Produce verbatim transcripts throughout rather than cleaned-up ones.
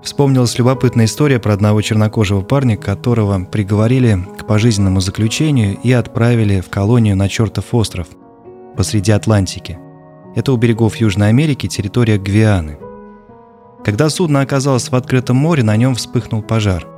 Вспомнилась любопытная история про одного чернокожего парня, которого приговорили к пожизненному заключению и отправили в колонию на чертов остров посреди Атлантики. Это у берегов Южной Америки, территория Гвианы. Когда судно оказалось в открытом море, на нем вспыхнул пожар.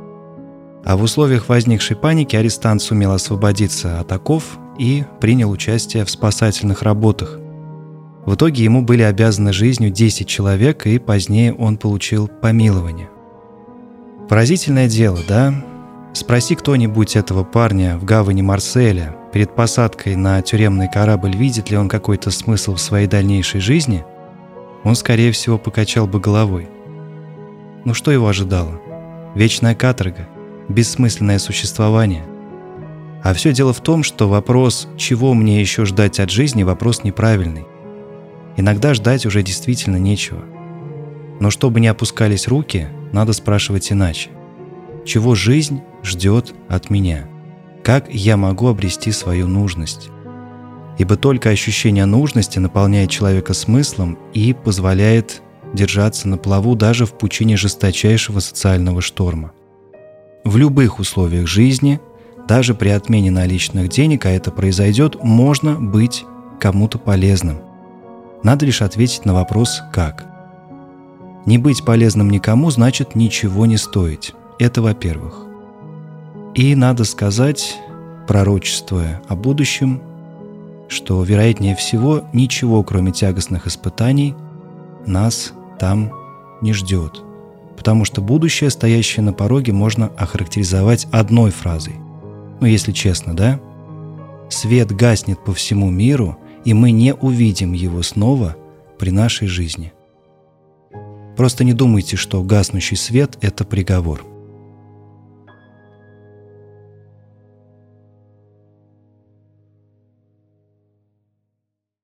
А в условиях возникшей паники арестант сумел освободиться от оков и принял участие в спасательных работах. В итоге ему были обязаны жизнью десять человек, и позднее он получил помилование. Поразительное дело, да? Спроси кто-нибудь этого парня в гавани Марселя перед посадкой на тюремный корабль, видит ли он какой-то смысл в своей дальнейшей жизни, он, скорее всего, покачал бы головой. Ну что его ожидало? Вечная каторга, бессмысленное существование. А все дело в том, что вопрос, чего мне еще ждать от жизни, вопрос неправильный. Иногда ждать уже действительно нечего. Но чтобы не опускались руки, надо спрашивать иначе. Чего жизнь ждет от меня? Как я могу обрести свою нужность? Ибо только ощущение нужности наполняет человека смыслом и позволяет держаться на плаву даже в пучине жесточайшего социального шторма. В любых условиях жизни, даже при отмене наличных денег, а это произойдет, можно быть кому-то полезным. Надо лишь ответить на вопрос «как?». Не быть полезным никому значит ничего не стоить. Это во-первых. И надо сказать, пророчествуя о будущем, что, вероятнее всего, ничего, кроме тягостных испытаний, нас там не ждет. Потому что будущее, стоящее на пороге, можно охарактеризовать одной фразой. Ну, если честно, да? Свет гаснет по всему миру, и мы не увидим его снова при нашей жизни. Просто не думайте, что гаснущий свет – это приговор.